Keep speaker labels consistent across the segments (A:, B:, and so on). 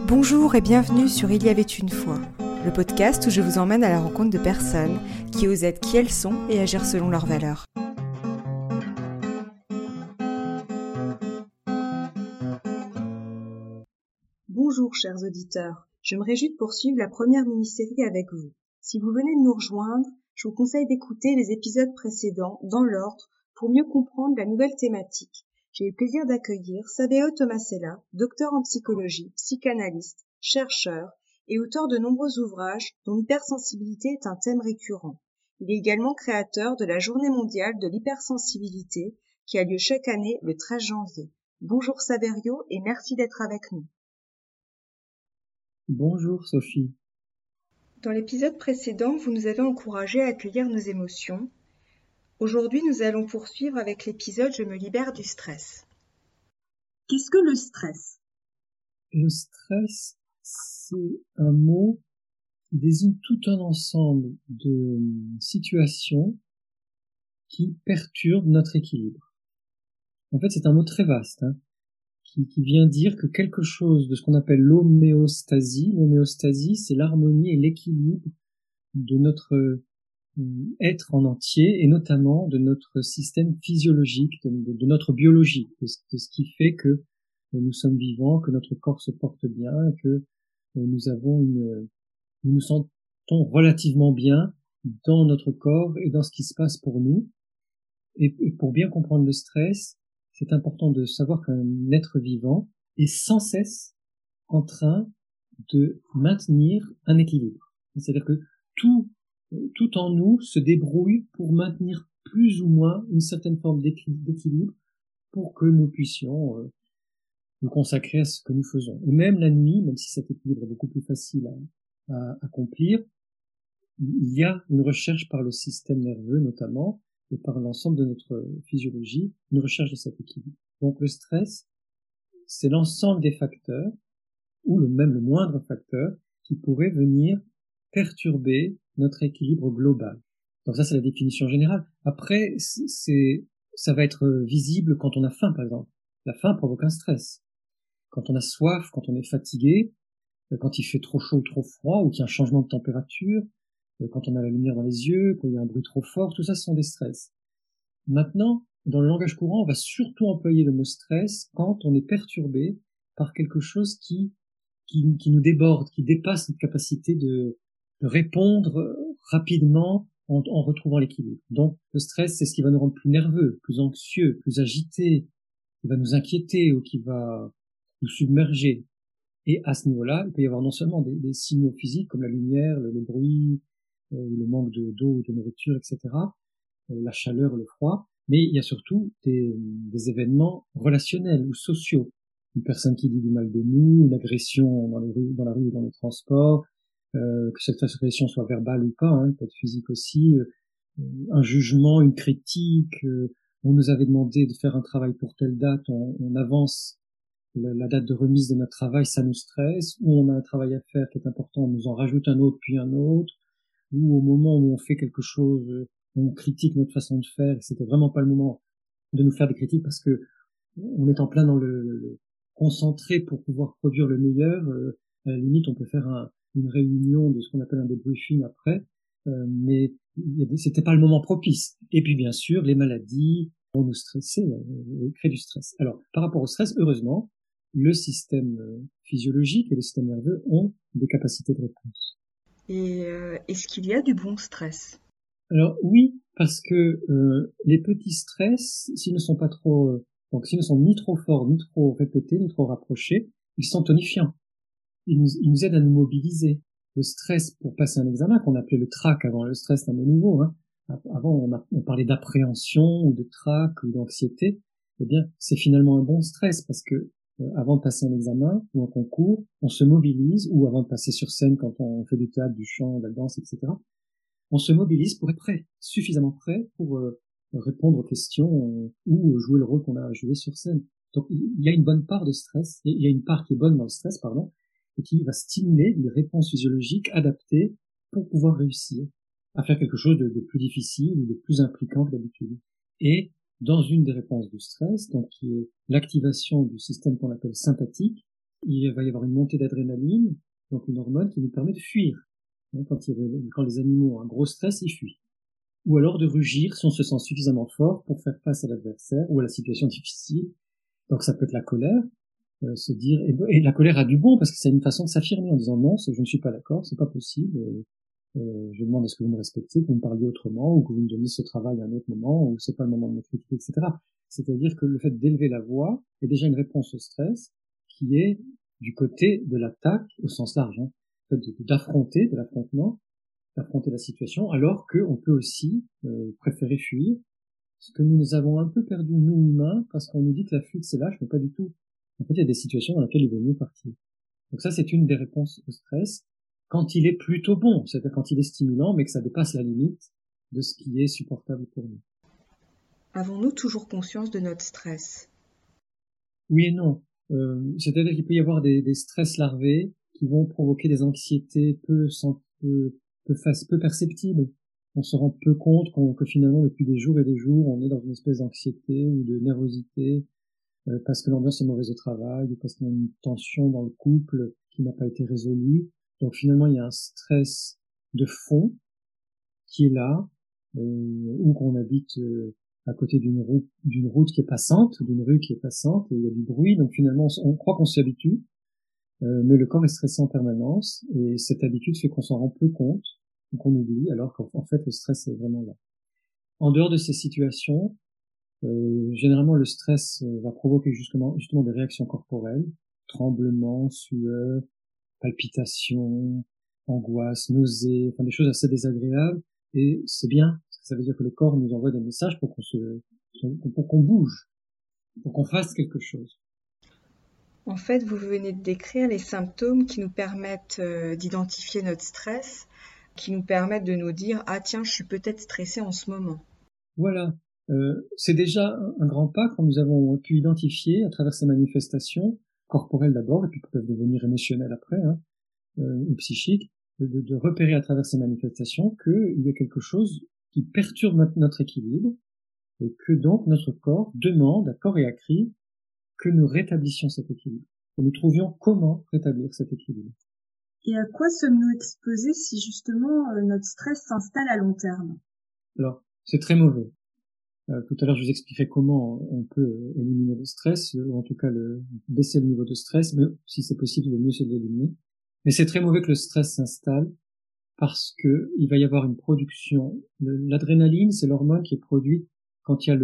A: Bonjour et bienvenue sur Il y avait une fois, le podcast où je vous emmène à la rencontre de personnes qui osent être qui elles sont et agir selon leurs valeurs. Bonjour chers auditeurs, je me réjouis de poursuivre la première mini-série avec vous. Si vous venez de nous rejoindre, je vous conseille d'écouter les épisodes précédents dans l'ordre pour mieux comprendre la nouvelle thématique. J'ai eu le plaisir d'accueillir Saveo Tomasella, docteur en psychologie, psychanalyste, chercheur et auteur de nombreux ouvrages dont l'hypersensibilité est un thème récurrent. Il est également créateur de la Journée mondiale de l'hypersensibilité qui a lieu chaque année le 13 janvier. Bonjour Saverio et merci d'être avec nous.
B: Bonjour Sophie.
A: Dans l'épisode précédent, vous nous avez encouragés à accueillir nos émotions. Aujourd'hui, nous allons poursuivre avec l'épisode « Je me libère du stress ». Qu'est-ce que le stress ?
B: Le stress, c'est un mot qui désigne tout un ensemble de situations qui perturbent notre équilibre. En fait, c'est un mot très vaste, qui vient dire que quelque chose de ce qu'on appelle l'homéostasie. L'homéostasie, c'est l'harmonie et l'équilibre de notre être en entier, et notamment de notre système physiologique, de notre biologie, de ce qui fait que nous sommes vivants, que notre corps se porte bien, que nous nous sentons relativement bien dans notre corps et dans ce qui se passe pour nous. Et pour bien comprendre le stress, c'est important de savoir qu'un être vivant est sans cesse en train de maintenir un équilibre. C'est-à-dire que tout en nous se débrouille pour maintenir plus ou moins une certaine forme d'équilibre pour que nous puissions nous consacrer à ce que nous faisons. Et même la nuit, même si cet équilibre est beaucoup plus facile à accomplir, il y a une recherche par le système nerveux notamment, et par l'ensemble de notre physiologie, une recherche de cet équilibre. Donc le stress, c'est l'ensemble des facteurs, ou même le moindre facteur, qui pourrait venir perturber notre équilibre global. Donc ça, c'est la définition générale. Après, ça va être visible quand on a faim, par exemple. La faim provoque un stress. Quand on a soif, quand on est fatigué, quand il fait trop chaud ou trop froid, ou qu'il y a un changement de température, quand on a la lumière dans les yeux, quand il y a un bruit trop fort, tout ça, ce sont des stress. Maintenant, dans le langage courant, on va surtout employer le mot stress quand on est perturbé par quelque chose qui nous déborde, qui dépasse notre capacité de répondre rapidement en retrouvant l'équilibre. Donc, le stress, c'est ce qui va nous rendre plus nerveux, plus anxieux, plus agités, qui va nous inquiéter ou qui va nous submerger. Et à ce niveau-là, il peut y avoir non seulement des signaux physiques comme la lumière, le bruit, le manque d'eau ou de nourriture, etc., la chaleur, le froid, mais il y a surtout des événements relationnels ou sociaux. Une personne qui dit du mal de nous, une agression dans la rue ou dans les transports, que cette agression soit verbale ou pas, peut être physique aussi, un jugement, une critique, on nous avait demandé de faire un travail pour telle date, on avance la date de remise de notre travail, ça nous stresse, ou on a un travail à faire qui est important, on nous en rajoute un autre, puis un autre, ou au moment où on fait quelque chose, on critique notre façon de faire, et c'était vraiment pas le moment de nous faire des critiques parce que on est en plein dans le concentré pour pouvoir produire le meilleur. À la limite, on peut faire une réunion de ce qu'on appelle un débriefing après, mais c'était pas le moment propice. Et puis bien sûr, les maladies vont nous stresser, créer du stress. Alors, par rapport au stress, heureusement, le système physiologique et le système nerveux ont des capacités de réponse.
A: Et est-ce qu'il y a du bon stress ?
B: Alors oui, parce que les petits stress, s'ils ne sont pas trop, donc s'ils ne sont ni trop forts, ni trop répétés, ni trop rapprochés, ils sont tonifiants. Ils nous aident à nous mobiliser. Le stress pour passer un examen, qu'on appelait le trac avant, le stress c'est un mot nouveau, Avant on parlait d'appréhension ou de trac ou d'anxiété. Eh bien, c'est finalement un bon stress parce que avant de passer un examen ou un concours, on se mobilise, ou avant de passer sur scène quand on fait du théâtre, du chant, de la danse, etc. On se mobilise pour être prêt, suffisamment prêt pour répondre aux questions ou jouer le rôle qu'on a à jouer sur scène. Donc il y a une bonne part de stress, il y a une part qui est bonne dans le stress, et qui va stimuler les réponses physiologiques adaptées pour pouvoir réussir à faire quelque chose de plus difficile ou de plus impliquant que d'habitude. Et dans une des réponses du stress, donc qui est l'activation du système qu'on appelle sympathique, il va y avoir une montée d'adrénaline, donc une hormone qui nous permet de fuir. Quand les animaux ont un gros stress, ils fuient. Ou alors de rugir si on se sent suffisamment fort pour faire face à l'adversaire ou à la situation difficile. Donc ça peut être la colère, se dire, et la colère a du bon parce que c'est une façon de s'affirmer en disant non, je ne suis pas d'accord, c'est pas possible, je demande à ce que vous me respectiez, que vous me parliez autrement, ou que vous me donniez ce travail à un autre moment, ou c'est pas le moment de me critiquer, etc. C'est-à-dire que le fait d'élever la voix est déjà une réponse au stress qui est du côté de l'attaque au sens large, hein, d'affronter, de l'affrontement, d'affronter la situation, alors qu'on peut aussi préférer fuir, ce que nous avons un peu perdu, nous humains, parce qu'on nous dit que la fuite c'est lâche, mais pas du tout. En fait, il y a des situations dans lesquelles il vaut mieux partir. Donc ça, c'est une des réponses au stress, quand il est plutôt bon, c'est-à-dire quand il est stimulant, mais que ça dépasse la limite de ce qui est supportable pour nous.
A: Avons-nous toujours conscience de notre stress?
B: Oui et non. C'est-à-dire qu'il peut y avoir des stress larvés qui vont provoquer des anxiétés peu perceptibles. On se rend peu compte que finalement, depuis des jours et des jours, on est dans une espèce d'anxiété ou de nervosité, parce que l'ambiance est mauvaise au travail, ou parce qu'il y a une tension dans le couple qui n'a pas été résolue. Donc finalement, il y a un stress de fond qui est là, ou qu'on habite à côté d'une route qui est passante, d'une rue qui est passante, et il y a du bruit, donc finalement on croit qu'on s'y habitue, mais le corps est stressé en permanence, et cette habitude fait qu'on s'en rend peu compte, donc on oublie, alors qu'en fait le stress est vraiment là. En dehors de ces situations, généralement le stress va provoquer justement des réactions corporelles, tremblements, sueur, palpitations, angoisse, nausées, enfin des choses assez désagréables, et c'est bien, parce que ça veut dire que le corps nous envoie des messages pour qu'on bouge, pour qu'on fasse quelque chose.
A: En fait, vous venez de décrire les symptômes qui nous permettent d'identifier notre stress, qui nous permettent de nous dire ah tiens, je suis peut-être stressé en ce moment.
B: Voilà, c'est déjà un grand pas quand nous avons pu identifier à travers ces manifestations corporelles d'abord, et puis qui peuvent devenir émotionnelles après, hein, ou psychiques, de repérer à travers ces manifestations qu'il y a quelque chose qui perturbe notre équilibre, et que donc notre corps demande à corps et à cri que nous rétablissions cet équilibre, que nous trouvions comment rétablir cet équilibre.
A: Et à quoi sommes-nous exposés si justement notre stress s'installe à long terme?
B: Alors, c'est très mauvais. Tout à l'heure, je vous expliquerai comment on peut éliminer le stress, ou en tout cas baisser le niveau de stress, mais si c'est possible, le mieux c'est de l'éliminer. Mais c'est très mauvais que le stress s'installe parce que il va y avoir une production. L'adrénaline, c'est l'hormone qui est produite quand il y a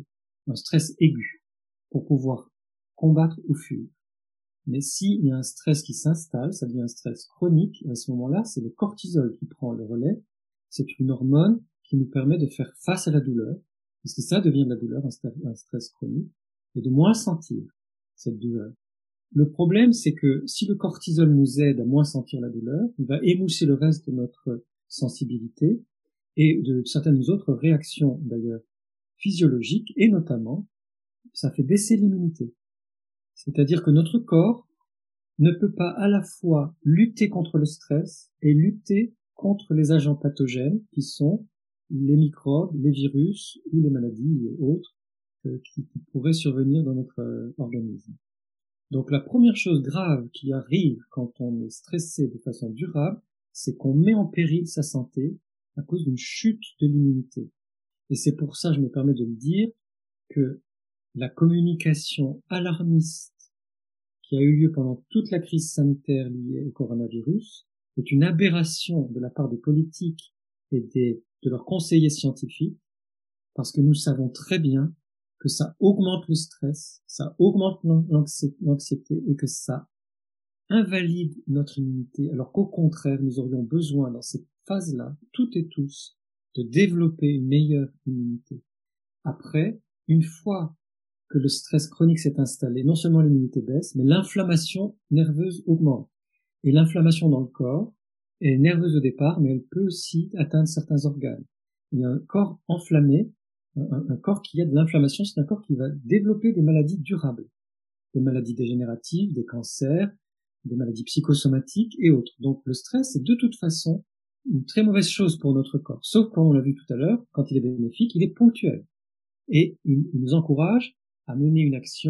B: un stress aigu pour pouvoir combattre ou fuir. Mais s'il y a un stress qui s'installe, ça devient un stress chronique, et à ce moment-là, c'est le cortisol qui prend le relais. C'est une hormone qui nous permet de faire face à la douleur, puisque ça devient de la douleur, un stress chronique, et de moins sentir cette douleur. Le problème, c'est que si le cortisol nous aide à moins sentir la douleur, il va émousser le reste de notre sensibilité et de certaines autres réactions, d'ailleurs, physiologiques, et notamment, ça fait baisser l'immunité. C'est-à-dire que notre corps ne peut pas à la fois lutter contre le stress et lutter contre les agents pathogènes qui sont les microbes, les virus ou les maladies et autres qui pourraient survenir dans notre organisme. Donc la première chose grave qui arrive quand on est stressé de façon durable, c'est qu'on met en péril sa santé à cause d'une chute de l'immunité. Et c'est pour ça, je me permets de le dire, que la communication alarmiste qui a eu lieu pendant toute la crise sanitaire liée au coronavirus est une aberration de la part des politiques et de leurs conseillers scientifiques, parce que nous savons très bien que ça augmente le stress, ça augmente l'anxiété et que ça invalide notre immunité, alors qu'au contraire, nous aurions besoin dans cette phase-là, toutes et tous, de développer une meilleure immunité. Après, une fois que le stress chronique s'est installé, non seulement l'immunité baisse, mais l'inflammation nerveuse augmente. Et l'inflammation dans le corps est nerveuse au départ, mais elle peut aussi atteindre certains organes. Il y a un corps enflammé, un corps qui a de l'inflammation, c'est un corps qui va développer des maladies durables, des maladies dégénératives, des cancers, des maladies psychosomatiques et autres. Donc le stress est de toute façon une très mauvaise chose pour notre corps, sauf quand on l'a vu tout à l'heure, quand il est bénéfique, il est ponctuel. Et il nous encourage à mener une action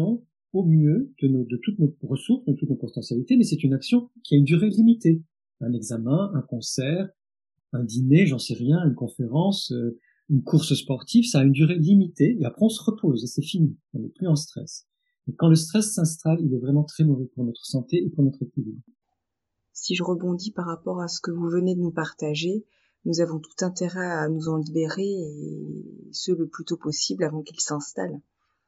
B: au mieux de toutes nos ressources, de toutes nos potentialités, mais c'est une action qui a une durée limitée. Un examen, un concert, un dîner, j'en sais rien, une conférence, une course sportive, ça a une durée limitée, et après on se repose, et c'est fini, on n'est plus en stress. Et quand le stress s'installe, il est vraiment très mauvais pour notre santé et pour notre équilibre.
A: Si je rebondis par rapport à ce que vous venez de nous partager, nous avons tout intérêt à nous en libérer, et ce le plus tôt possible avant qu'il s'installe.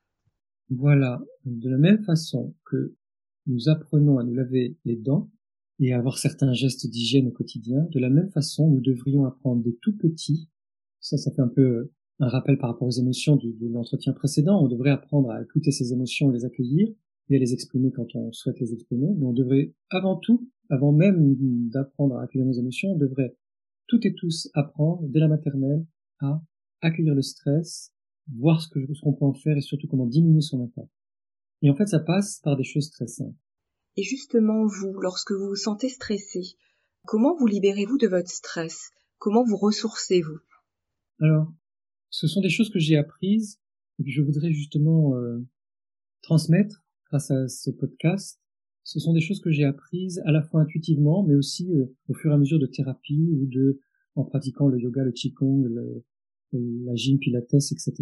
B: Voilà, de la même façon que nous apprenons à nous laver les dents et à avoir certains gestes d'hygiène au quotidien, de la même façon, nous devrions apprendre des tout petits. Ça fait un peu un rappel par rapport aux émotions de l'entretien précédent. On devrait apprendre à écouter ces émotions, les accueillir et à les exprimer quand on souhaite les exprimer. Mais on devrait avant tout, avant même d'apprendre à accueillir nos émotions, on devrait toutes et tous apprendre dès la maternelle à accueillir le stress, voir ce qu'on peut en faire et surtout comment diminuer son impact. Et en fait, ça passe par des choses très simples.
A: Et justement, vous, lorsque vous vous sentez stressé, comment vous libérez-vous de votre stress? Comment vous ressourcez-vous?
B: Alors, ce sont des choses que j'ai apprises et que je voudrais justement transmettre grâce à ce podcast. Ce sont des choses que j'ai apprises à la fois intuitivement, mais aussi au fur et à mesure de thérapie ou en pratiquant le yoga, le qigong, la gym pilates, etc.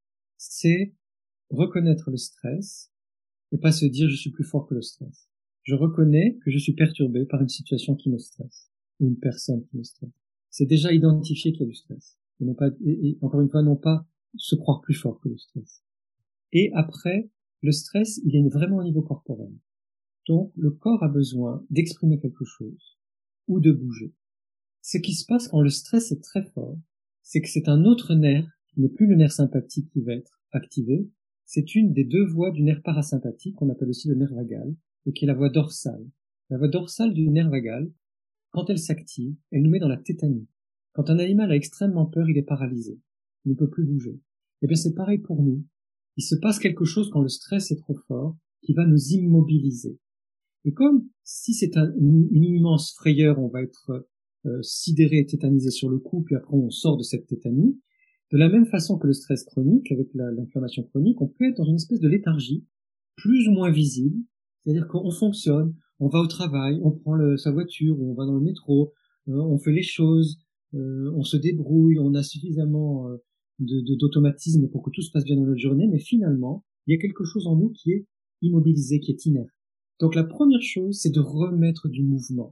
B: C'est reconnaître le stress et pas se dire je suis plus fort que le stress. Je reconnais que je suis perturbé par une situation qui me stresse ou une personne qui me stresse. C'est déjà identifier qu'il y a du stress. Et non pas, et encore une fois, non pas se croire plus fort que le stress. Et après, le stress, il est vraiment au niveau corporel. Donc, le corps a besoin d'exprimer quelque chose ou de bouger. Ce qui se passe quand le stress est très fort, c'est que c'est un autre nerf, qui n'est plus le nerf sympathique qui va être activé, c'est une des deux voies du nerf parasympathique, qu'on appelle aussi le nerf vagal, et qui est la voie dorsale. La voie dorsale du nerf vagal, quand elle s'active, elle nous met dans la tétanie. Quand un animal a extrêmement peur, il est paralysé. Il ne peut plus bouger. Et bien c'est pareil pour nous. Il se passe quelque chose quand le stress est trop fort, qui va nous immobiliser. Et comme si c'est une immense frayeur, on va être sidéré et tétanisé sur le coup, puis après on sort de cette tétanie, de la même façon que le stress chronique, avec l'inflammation chronique, on peut être dans une espèce de léthargie, plus ou moins visible, c'est-à-dire qu'on fonctionne, on va au travail, on prend sa voiture, on va dans le métro, on fait les choses, on se débrouille, on a suffisamment d'automatisme pour que tout se passe bien dans notre journée, mais finalement, il y a quelque chose en nous qui est immobilisé, qui est inerte. Donc la première chose, c'est de remettre du mouvement.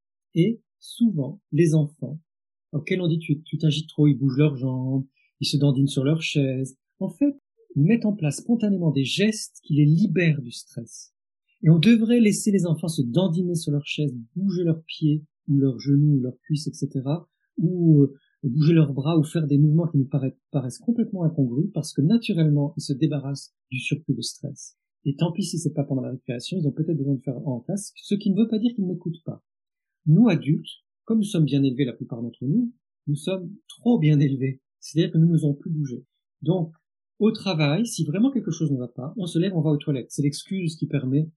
B: Et souvent, les enfants, auxquels on dit tu t'agites trop, ils bougent leurs jambes, ils se dandinent sur leur chaise, en fait, ils mettent en place spontanément des gestes qui les libèrent du stress. Et on devrait laisser les enfants se dandiner sur leur chaise, bouger leurs pieds, ou leurs genoux, ou leurs cuisses, etc., ou bouger leurs bras, ou faire des mouvements qui nous paraissent complètement incongrus, parce que naturellement, ils se débarrassent du surplus de stress. Et tant pis si c'est pas pendant la récréation, ils ont peut-être besoin de faire en classe, ce qui ne veut pas dire qu'ils n'écoutent pas. Nous, adultes, comme nous sommes bien élevés, la plupart d'entre nous, nous sommes trop bien élevés. C'est-à-dire que nous n'osons plus bouger. Donc, au travail, si vraiment quelque chose ne va pas, on se lève, on va aux toilettes. C'est l'excuse qui permet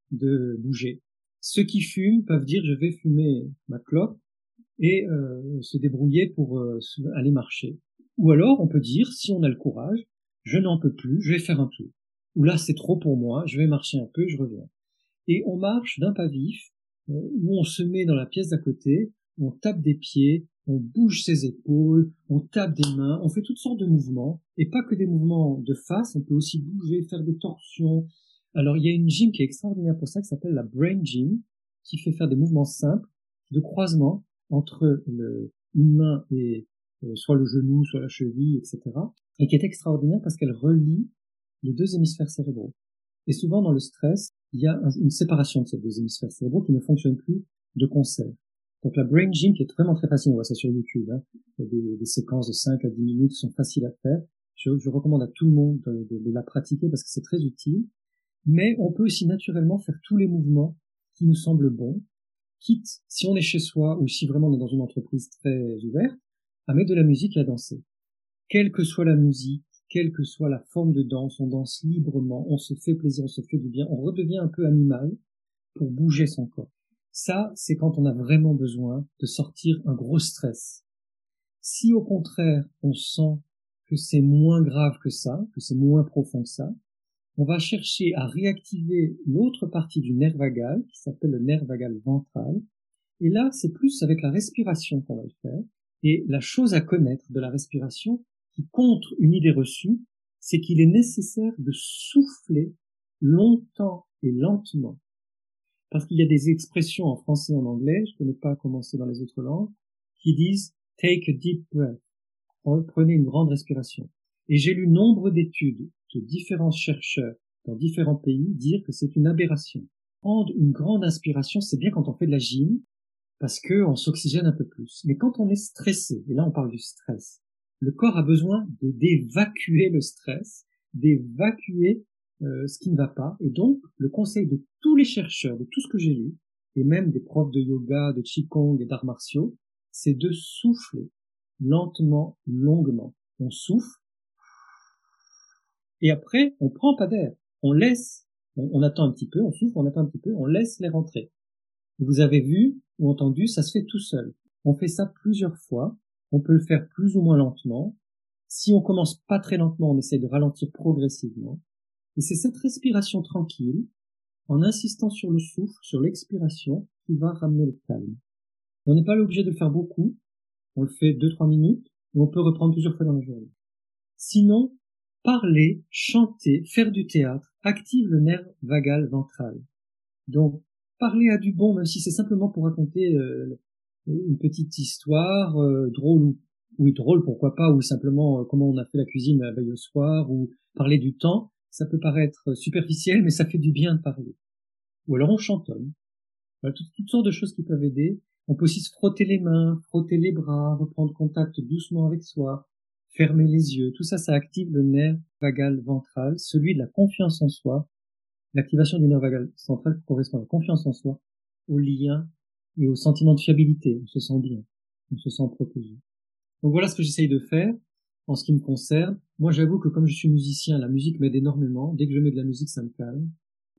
B: de bouger. Ceux qui fument peuvent dire je vais fumer ma clope et se débrouiller pour aller marcher. Ou alors, on peut dire, si on a le courage, je n'en peux plus, je vais faire un tour. Ou là, c'est trop pour moi, je vais marcher un peu, je reviens. Et on marche d'un pas vif, où on se met dans la pièce d'à côté, on tape des pieds, on bouge ses épaules, on tape des mains, on fait toutes sortes de mouvements, et pas que des mouvements de face, on peut aussi bouger, faire des torsions. Alors il y a une gym qui est extraordinaire pour ça, qui s'appelle la Brain Gym, qui fait faire des mouvements simples, de croisement entre une main et soit le genou, soit la cheville, etc. Et qui est extraordinaire parce qu'elle relie les deux hémisphères cérébraux. Et souvent dans le stress, il y a une séparation de ces deux hémisphères cérébraux qui ne fonctionnent plus de concert. Donc la Brain Gym, qui est vraiment très facile, on voit ça sur YouTube, hein. Il y a des séquences de 5 à 10 minutes qui sont faciles à faire. Je recommande à tout le monde de la pratiquer parce que c'est très utile. Mais on peut aussi naturellement faire tous les mouvements qui nous semblent bons, quitte, si on est chez soi ou si vraiment on est dans une entreprise très ouverte, à mettre de la musique et à danser. Quelle que soit la musique, quelle que soit la forme de danse, on danse librement, on se fait plaisir, on se fait du bien, on redevient un peu animal pour bouger son corps. Ça, c'est quand on a vraiment besoin de sortir un gros stress. Si au contraire, on sent que c'est moins grave que ça, que c'est moins profond que ça, on va chercher à réactiver l'autre partie du nerf vagal, qui s'appelle le nerf vagal ventral. Et là, c'est plus avec la respiration qu'on va le faire. Et la chose à connaître de la respiration, qui contre une idée reçue, c'est qu'il est nécessaire de souffler longtemps et lentement. Parce qu'il y a des expressions en français et en anglais, je ne connais pas comment c'est dans les autres langues, qui disent « take a deep breath ». Prenez une grande respiration. Et j'ai lu nombre d'études de différents chercheurs dans différents pays dire que c'est une aberration. Prendre une grande inspiration, c'est bien quand on fait de la gym, parce que on s'oxygène un peu plus. Mais quand on est stressé, et là on parle du stress, le corps a besoin d'évacuer le stress, d'évacuer ce qui ne va pas. Et donc, le conseil de tous les chercheurs, de tout ce que j'ai lu, et même des profs de yoga, de qigong et d'arts martiaux, c'est de souffler lentement, longuement. On souffle, et après, on prend pas d'air. On laisse, on attend un petit peu, on souffle, on attend un petit peu, on laisse les rentrer. Vous avez vu ou entendu, ça se fait tout seul. On fait ça plusieurs fois. On peut le faire plus ou moins lentement. Si on commence pas très lentement, on essaie de ralentir progressivement. Et c'est cette respiration tranquille, en insistant sur le souffle, sur l'expiration, qui va ramener le calme. On n'est pas obligé de le faire beaucoup. On le fait 2-3 minutes et on peut reprendre plusieurs fois dans la journée. Sinon, parler, chanter, faire du théâtre active le nerf vagal ventral. Donc, parler à du bon, même si c'est simplement pour raconter une petite histoire drôle ou oui drôle pourquoi pas, ou simplement comment on a fait la cuisine la veille au soir, ou parler du temps, ça peut paraître superficiel, mais ça fait du bien de parler. Ou alors on chantonne. Voilà, toutes sortes de choses qui peuvent aider. On peut aussi se frotter les mains, frotter les bras, reprendre contact doucement avec soi, fermer les yeux. Tout ça, ça active le nerf vagal ventral, celui de la confiance en soi. L'activation du nerf vagal central correspond à la confiance en soi, au lien et au sentiment de fiabilité. On se sent bien, on se sent protégé. Donc voilà ce que j'essaye de faire en ce qui me concerne. Moi, j'avoue que comme je suis musicien, la musique m'aide énormément. Dès que je mets de la musique, ça me calme.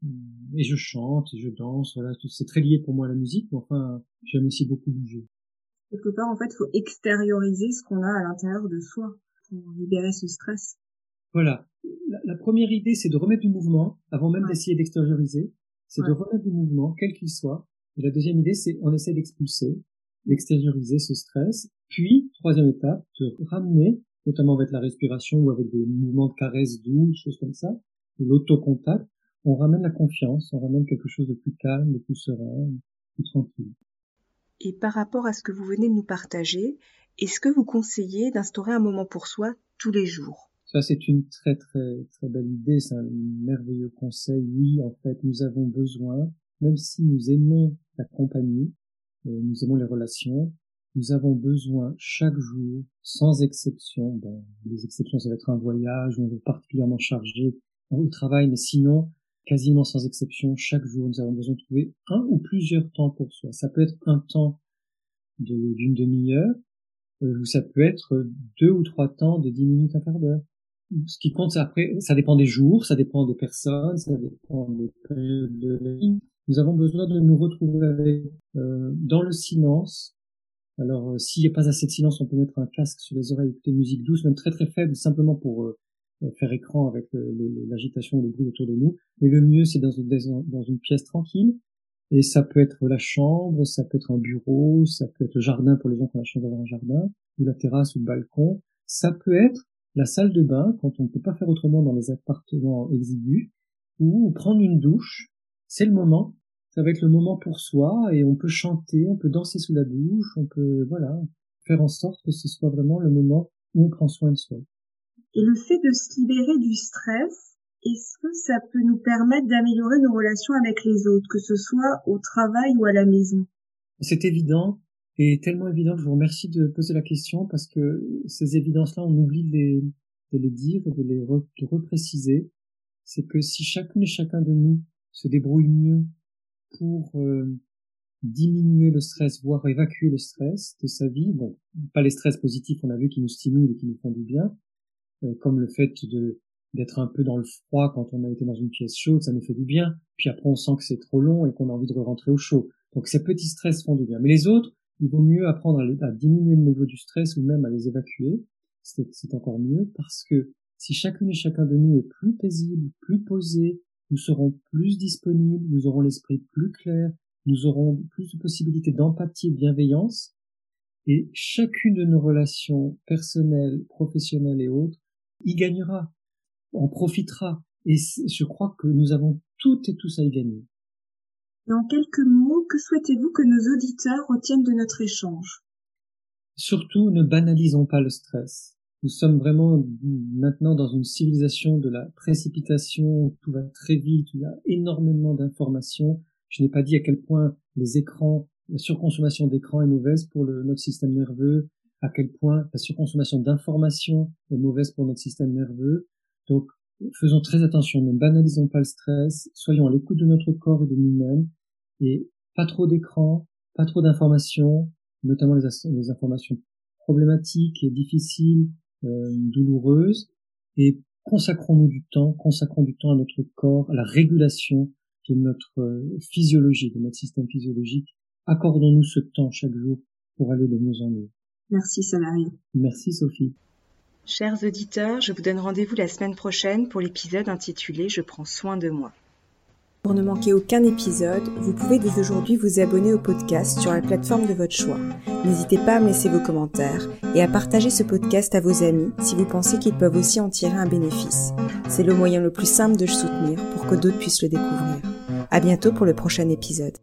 B: Et je chante, et je danse, voilà, c'est très lié pour moi à la musique, mais enfin, j'aime aussi beaucoup bouger.
A: Quelque part, en fait, il faut extérioriser ce qu'on a à l'intérieur de soi pour libérer ce stress.
B: Voilà. La première idée, c'est de remettre du mouvement, avant même d'essayer d'extérioriser. C'est de remettre du mouvement, quel qu'il soit. Et la deuxième idée, c'est on essaie d'expulser, d'extérioriser ce stress. Puis, troisième étape, de ramener, notamment avec la respiration ou avec des mouvements de caresse doux, des choses comme ça, de l'autocontact. On ramène la confiance, on ramène quelque chose de plus calme, de plus serein, de plus tranquille.
A: Et par rapport à ce que vous venez de nous partager, est-ce que vous conseillez d'instaurer un moment pour soi tous les jours?
B: Ça, c'est une très belle idée, c'est un merveilleux conseil. Oui, en fait, nous avons besoin, même si nous aimons la compagnie, nous aimons les relations, nous avons besoin chaque jour, sans exception, bon, les exceptions, ça va être un voyage, où on est particulièrement chargé au travail, mais sinon, quasiment sans exception, chaque jour, nous avons besoin de trouver un ou plusieurs temps pour soi. Ça peut être un temps d'une demi-heure, ou ça peut être 2 ou 3 temps de 10 minutes, un quart d'heure. Ce qui compte, c'est après, ça dépend des jours, ça dépend des personnes, ça dépend des périodes de la vie. Nous avons besoin de nous retrouver avec, dans le silence. Alors, s'il n'y a pas assez de silence, on peut mettre un casque sur les oreilles, écouter une musique douce, même très faible, simplement pour faire écran avec l'agitation ou le bruit autour de nous. Mais le mieux, c'est dans une pièce tranquille. Et ça peut être la chambre, ça peut être un bureau, ça peut être le jardin pour les gens qui ont la chance d'avoir un jardin, ou la terrasse ou le balcon. Ça peut être la salle de bain, quand on ne peut pas faire autrement dans les appartements exigus, ou prendre une douche. C'est le moment. Ça va être le moment pour soi, et on peut chanter, on peut danser sous la douche, on peut, voilà, faire en sorte que ce soit vraiment le moment où on prend soin de soi.
A: Et le fait de se libérer du stress, est-ce que ça peut nous permettre d'améliorer nos relations avec les autres, que ce soit au travail ou à la maison?
B: C'est évident, et tellement évident que je vous remercie de poser la question, parce que ces évidences-là, on oublie de les dire et de repréciser. C'est que si chacune et chacun de nous se débrouille mieux pour diminuer le stress, voire évacuer le stress de sa vie, bon, pas les stress positifs, on a vu, qui nous stimulent et qui nous font du bien, comme le fait d'être un peu dans le froid quand on a été dans une pièce chaude, ça nous fait du bien, puis après on sent que c'est trop long et qu'on a envie de rentrer au chaud. Donc ces petits stress font du bien. Mais les autres, il vaut mieux apprendre à diminuer le niveau du stress ou même à les évacuer. C'est encore mieux, parce que Si chacune et chacun de nous est plus paisible, plus posé, nous serons plus disponibles, nous aurons l'esprit plus clair, nous aurons plus de possibilités d'empathie et de bienveillance, et chacune de nos relations personnelles, professionnelles et autres y gagnera, en profitera, et je crois que nous avons toutes et tous à y gagner.
A: Et en quelques mots, que souhaitez-vous que nos auditeurs retiennent de notre échange?
B: Surtout, ne banalisons pas le stress. Nous sommes vraiment maintenant dans une civilisation de la précipitation, tout va très vite, il y a énormément d'informations. Je n'ai pas dit à quel point les écrans, la surconsommation d'écrans est mauvaise pour notre système nerveux, à quel point la surconsommation d'informations est mauvaise pour notre système nerveux. Donc, faisons très attention, ne banalisons pas le stress, soyons à l'écoute de notre corps et de nous-mêmes, et pas trop d'écrans, pas trop d'informations, notamment les informations problématiques et difficiles, douloureuses, et consacrons du temps à notre corps, à la régulation de notre physiologie, de notre système physiologique. Accordons-nous ce temps chaque jour pour aller de mieux en mieux.
A: Merci Salarié.
B: Merci Sophie.
A: Chers auditeurs, je vous donne rendez-vous la semaine prochaine pour l'épisode intitulé « Je prends soin de moi ». Pour ne manquer aucun épisode, vous pouvez dès aujourd'hui vous abonner au podcast sur la plateforme de votre choix. N'hésitez pas à me laisser vos commentaires et à partager ce podcast à vos amis si vous pensez qu'ils peuvent aussi en tirer un bénéfice. C'est le moyen le plus simple de le soutenir pour que d'autres puissent le découvrir. À bientôt pour le prochain épisode.